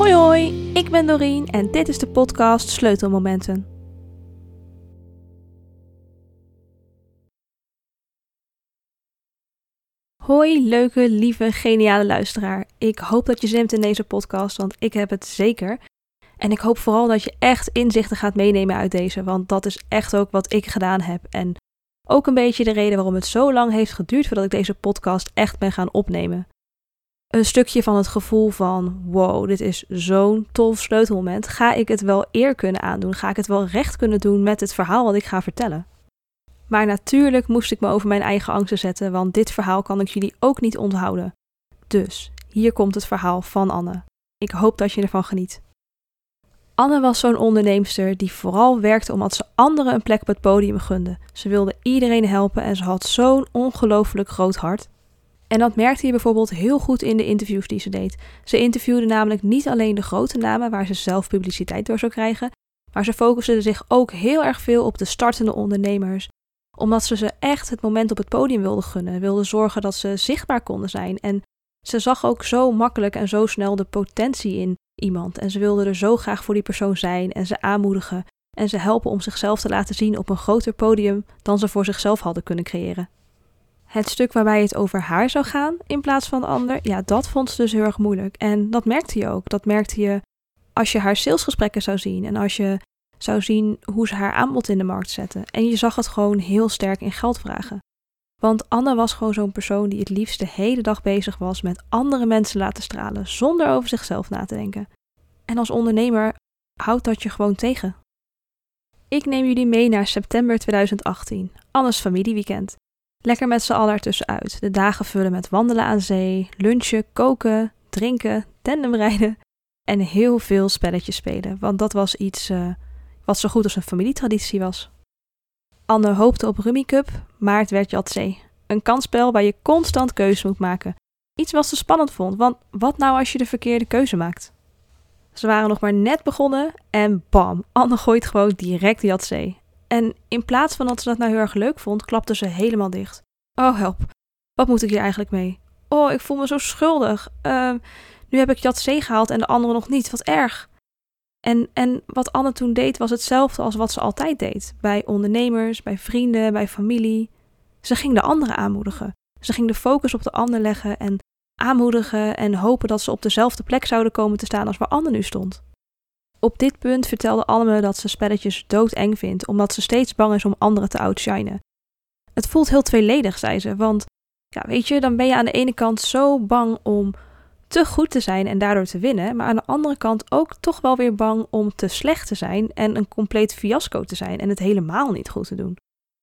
Hoi hoi, ik ben Dorien en dit is de podcast Sleutelmomenten. Hoi leuke, lieve, geniale luisteraar. Ik hoop dat je zin hebt in deze podcast, want ik heb het zeker. En ik hoop vooral dat je echt inzichten gaat meenemen uit deze, want dat is echt ook wat ik gedaan heb. En ook een beetje de reden waarom het zo lang heeft geduurd voordat ik deze podcast echt ben gaan opnemen. Een stukje van het gevoel van, wow, dit is zo'n tof sleutelmoment. Ga ik het wel eer kunnen aandoen? Ga ik het wel recht kunnen doen met het verhaal wat ik ga vertellen? Maar natuurlijk moest ik me over mijn eigen angsten zetten, want dit verhaal kan ik jullie ook niet onthouden. Dus, hier komt het verhaal van Anne. Ik hoop dat je ervan geniet. Anne was zo'n onderneemster die vooral werkte omdat ze anderen een plek op het podium gunde. Ze wilde iedereen helpen en ze had zo'n ongelooflijk groot hart. En dat merkte je bijvoorbeeld heel goed in de interviews die ze deed. Ze interviewde namelijk niet alleen de grote namen waar ze zelf publiciteit door zou krijgen, maar ze focuste zich ook heel erg veel op de startende ondernemers. Omdat ze echt het moment op het podium wilde gunnen, wilde zorgen dat ze zichtbaar konden zijn. En ze zag ook zo makkelijk en zo snel de potentie in iemand. En ze wilde er zo graag voor die persoon zijn en ze aanmoedigen en ze helpen om zichzelf te laten zien op een groter podium dan ze voor zichzelf hadden kunnen creëren. Het stuk waarbij het over haar zou gaan in plaats van de ander, ja, dat vond ze dus heel erg moeilijk. En dat merkte je ook. Dat merkte je als je haar salesgesprekken zou zien en als je zou zien hoe ze haar aanbod in de markt zette. En je zag het gewoon heel sterk in geld vragen. Want Anne was gewoon zo'n persoon die het liefst de hele dag bezig was met andere mensen laten stralen, zonder over zichzelf na te denken. En als ondernemer houdt dat je gewoon tegen. Ik neem jullie mee naar september 2018, Anne's familieweekend. Lekker met z'n allen ertussenuit. De dagen vullen met wandelen aan zee, lunchen, koken, drinken, tandemrijden en heel veel spelletjes spelen. Want dat was iets wat zo goed als een familietraditie was. Anne hoopte op Rummy Cup, maar het werd Yatzee. Een kansspel waar je constant keuzes moet maken. Iets wat ze spannend vond, want wat nou als je de verkeerde keuze maakt? Ze waren nog maar net begonnen en bam, Anne gooit gewoon direct Yatzee. En in plaats van dat ze dat nou heel erg leuk vond, klapte ze helemaal dicht. Oh help, wat moet ik hier eigenlijk mee? Oh, ik voel me zo schuldig. Nu heb ik Yatzee gehaald en de anderen nog niet, wat erg. En wat Anne toen deed was hetzelfde als wat ze altijd deed. Bij ondernemers, bij vrienden, bij familie. Ze ging de anderen aanmoedigen. Ze ging de focus op de ander leggen en aanmoedigen en hopen dat ze op dezelfde plek zouden komen te staan als waar Anne nu stond. Op dit punt vertelde Anne me dat ze spelletjes doodeng vindt, omdat ze steeds bang is om anderen te outshinen. Het voelt heel tweeledig, zei ze, want ja, weet je, dan ben je aan de ene kant zo bang om te goed te zijn en daardoor te winnen, maar aan de andere kant ook toch wel weer bang om te slecht te zijn en een compleet fiasco te zijn en het helemaal niet goed te doen.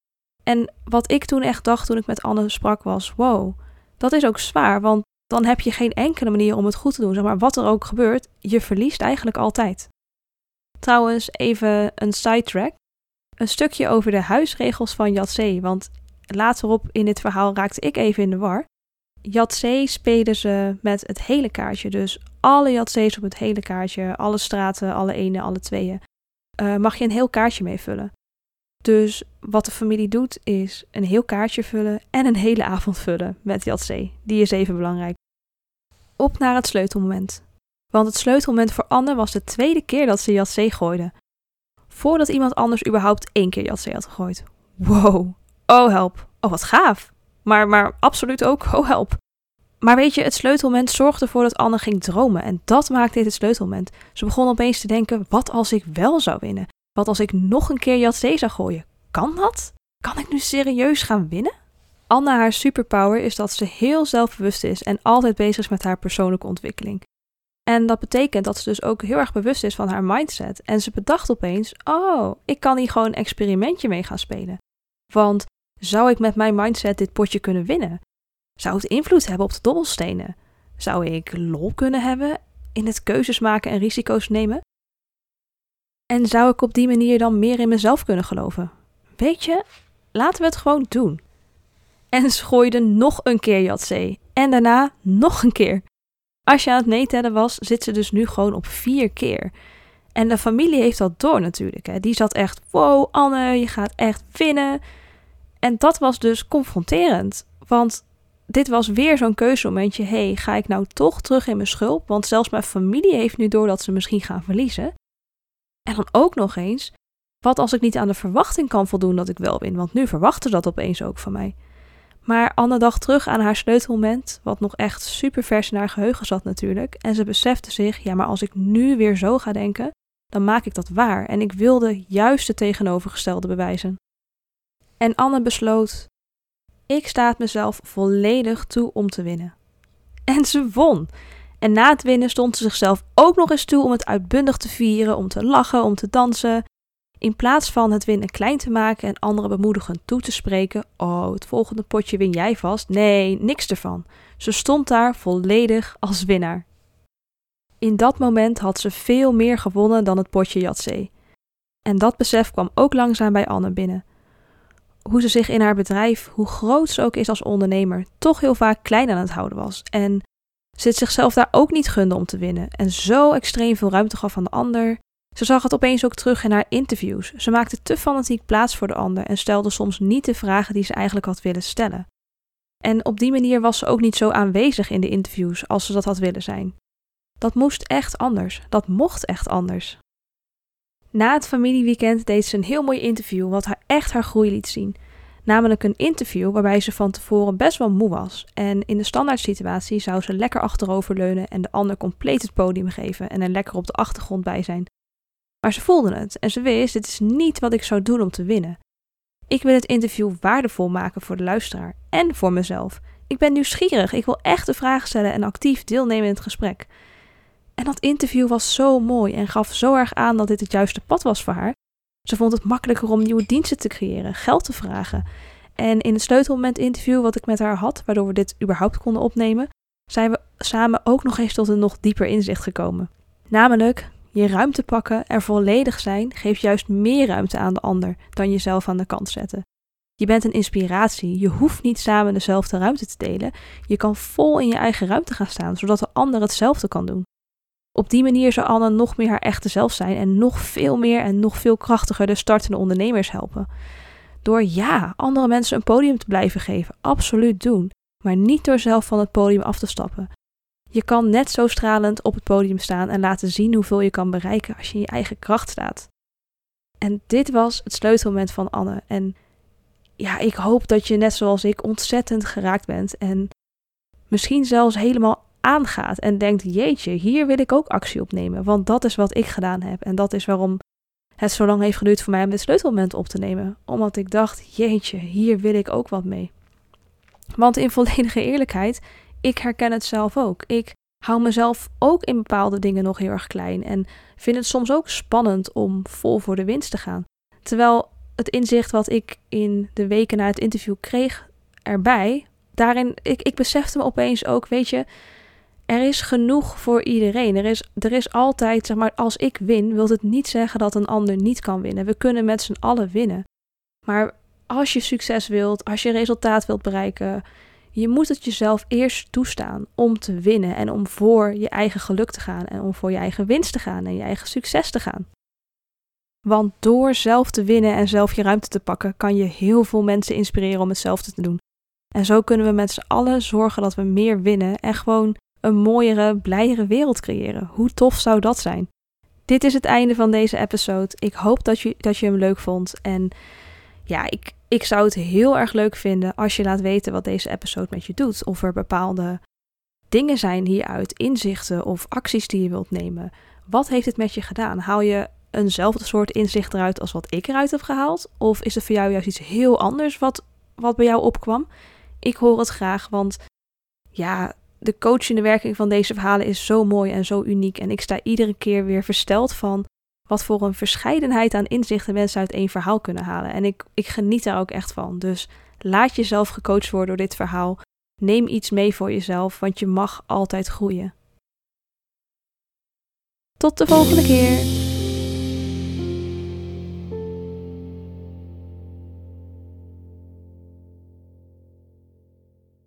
En wat ik toen echt dacht toen ik met Anne sprak was, wow, dat is ook zwaar, want dan heb je geen enkele manier om het goed te doen. Zeg maar, wat er ook gebeurt, je verliest eigenlijk altijd. Trouwens, even een sidetrack. Een stukje over de huisregels van Yatzee, want laterop in dit verhaal raakte ik even in de war. Yatzee spelen ze met het hele kaartje, dus alle Yatzees op het hele kaartje, alle straten, alle ene, alle tweeën, mag je een heel kaartje meevullen. Dus wat de familie doet is een heel kaartje vullen en een hele avond vullen met Yatzee. Die is even belangrijk. Op naar het sleutelmoment. Want het sleutelmoment voor Anne was de tweede keer dat ze Yatzee gooide. Voordat iemand anders überhaupt 1 keer Yatzee had gegooid. Wow, oh help, oh wat gaaf. Maar absoluut ook, oh help. Maar weet je, het sleutelmoment zorgde ervoor dat Anne ging dromen. En dat maakte dit het sleutelmoment. Ze begon opeens te denken, wat als ik wel zou winnen? Wat als ik nog een keer Yatzee zou gooien? Kan dat? Kan ik nu serieus gaan winnen? Anne, haar superpower is dat ze heel zelfbewust is en altijd bezig is met haar persoonlijke ontwikkeling. En dat betekent dat ze dus ook heel erg bewust is van haar mindset. En ze bedacht opeens, oh, ik kan hier gewoon een experimentje mee gaan spelen. Want zou ik met mijn mindset dit potje kunnen winnen? Zou het invloed hebben op de dobbelstenen? Zou ik lol kunnen hebben in het keuzes maken en risico's nemen? En zou ik op die manier dan meer in mezelf kunnen geloven? Weet je, laten we het gewoon doen. En ze gooide nog een keer Yatzee. En daarna nog een keer. Als je aan het meetellen was, zit ze dus nu gewoon op 4 keer. En de familie heeft dat door natuurlijk. Hè. Die zat echt, wow Anne, je gaat echt winnen. En dat was dus confronterend. Want dit was weer zo'n keuzemomentje. Hey, ga ik nou toch terug in mijn schulp? Want zelfs mijn familie heeft nu door dat ze misschien gaan verliezen. En dan ook nog eens, wat als ik niet aan de verwachting kan voldoen dat ik wel win? Want nu verwachten ze dat opeens ook van mij. Maar Anne dacht terug aan haar sleutelmoment, wat nog echt super vers in haar geheugen zat natuurlijk. En ze besefte zich, ja, maar als ik nu weer zo ga denken, dan maak ik dat waar. En ik wilde juist het tegenovergestelde bewijzen. En Anne besloot, ik sta het mezelf volledig toe om te winnen. En ze won. En na het winnen stond ze zichzelf ook nog eens toe om het uitbundig te vieren, om te lachen, om te dansen. In plaats van het winnen klein te maken en anderen bemoedigend toe te spreken. Oh, het volgende potje win jij vast. Nee, niks ervan. Ze stond daar volledig als winnaar. In dat moment had ze veel meer gewonnen dan het potje Yatzee. En dat besef kwam ook langzaam bij Anne binnen. Hoe ze zich in haar bedrijf, hoe groot ze ook is als ondernemer, toch heel vaak klein aan het houden was. En ze het zichzelf daar ook niet gunde om te winnen. En zo extreem veel ruimte gaf aan de ander. Ze zag het opeens ook terug in haar interviews. Ze maakte te fanatiek plaats voor de ander en stelde soms niet de vragen die ze eigenlijk had willen stellen. En op die manier was ze ook niet zo aanwezig in de interviews als ze dat had willen zijn. Dat moest echt anders. Dat mocht echt anders. Na het familieweekend deed ze een heel mooi interview wat haar echt haar groei liet zien. Namelijk een interview waarbij ze van tevoren best wel moe was. En in de standaard situatie zou ze lekker achteroverleunen en de ander compleet het podium geven en er lekker op de achtergrond bij zijn. Maar ze voelde het en ze wist, dit is niet wat ik zou doen om te winnen. Ik wil het interview waardevol maken voor de luisteraar en voor mezelf. Ik ben nieuwsgierig, ik wil echt de vragen stellen en actief deelnemen in het gesprek. En dat interview was zo mooi en gaf zo erg aan dat dit het juiste pad was voor haar. Ze vond het makkelijker om nieuwe diensten te creëren, geld te vragen. En in het sleutelmoment interview wat ik met haar had, waardoor we dit überhaupt konden opnemen, zijn we samen ook nog eens tot een nog dieper inzicht gekomen. Namelijk, je ruimte pakken, er volledig zijn, geeft juist meer ruimte aan de ander dan jezelf aan de kant zetten. Je bent een inspiratie, je hoeft niet samen dezelfde ruimte te delen. Je kan vol in je eigen ruimte gaan staan, zodat de ander hetzelfde kan doen. Op die manier zou Anne nog meer haar echte zelf zijn en nog veel meer en nog veel krachtiger de startende ondernemers helpen. Door andere mensen een podium te blijven geven, absoluut doen, maar niet door zelf van het podium af te stappen. Je kan net zo stralend op het podium staan en laten zien hoeveel je kan bereiken als je in je eigen kracht staat. En dit was het sleutelmoment van Anne. En ja, ik hoop dat je net zoals ik ontzettend geraakt bent en misschien zelfs helemaal aangaat en denkt, jeetje, hier wil ik ook actie op nemen, want dat is wat ik gedaan heb. En dat is waarom het zo lang heeft geduurd voor mij om dit sleutelmoment op te nemen. Omdat ik dacht, jeetje, hier wil ik ook wat mee. Want in volledige eerlijkheid, ik herken het zelf ook. Ik hou mezelf ook in bepaalde dingen nog heel erg klein en vind het soms ook spannend om vol voor de winst te gaan. Terwijl het inzicht wat ik in de weken na het interview kreeg erbij, daarin, ik besefte me opeens ook, weet je, er is genoeg voor iedereen. Er is altijd, zeg maar, als ik win, wil het niet zeggen dat een ander niet kan winnen. We kunnen met z'n allen winnen. Maar als je succes wilt, als je resultaat wilt bereiken, je moet het jezelf eerst toestaan om te winnen en om voor je eigen geluk te gaan en om voor je eigen winst te gaan en je eigen succes te gaan. Want door zelf te winnen en zelf je ruimte te pakken, kan je heel veel mensen inspireren om hetzelfde te doen. En zo kunnen we met z'n allen zorgen dat we meer winnen en gewoon een mooiere, blijere wereld creëren. Hoe tof zou dat zijn? Dit is het einde van deze episode. Ik hoop dat je hem leuk vond. En ja, ik zou het heel erg leuk vinden als je laat weten wat deze episode met je doet. Of er bepaalde dingen zijn hieruit, inzichten of acties die je wilt nemen. Wat heeft het met je gedaan? Haal je eenzelfde soort inzicht eruit als wat ik eruit heb gehaald? Of is het voor jou juist iets heel anders wat bij jou opkwam? Ik hoor het graag, want ja, de coachende werking van deze verhalen is zo mooi en zo uniek. En ik sta iedere keer weer versteld van wat voor een verscheidenheid aan inzichten mensen uit één verhaal kunnen halen. En ik geniet daar ook echt van. Dus laat jezelf gecoacht worden door dit verhaal. Neem iets mee voor jezelf, want je mag altijd groeien. Tot de volgende keer!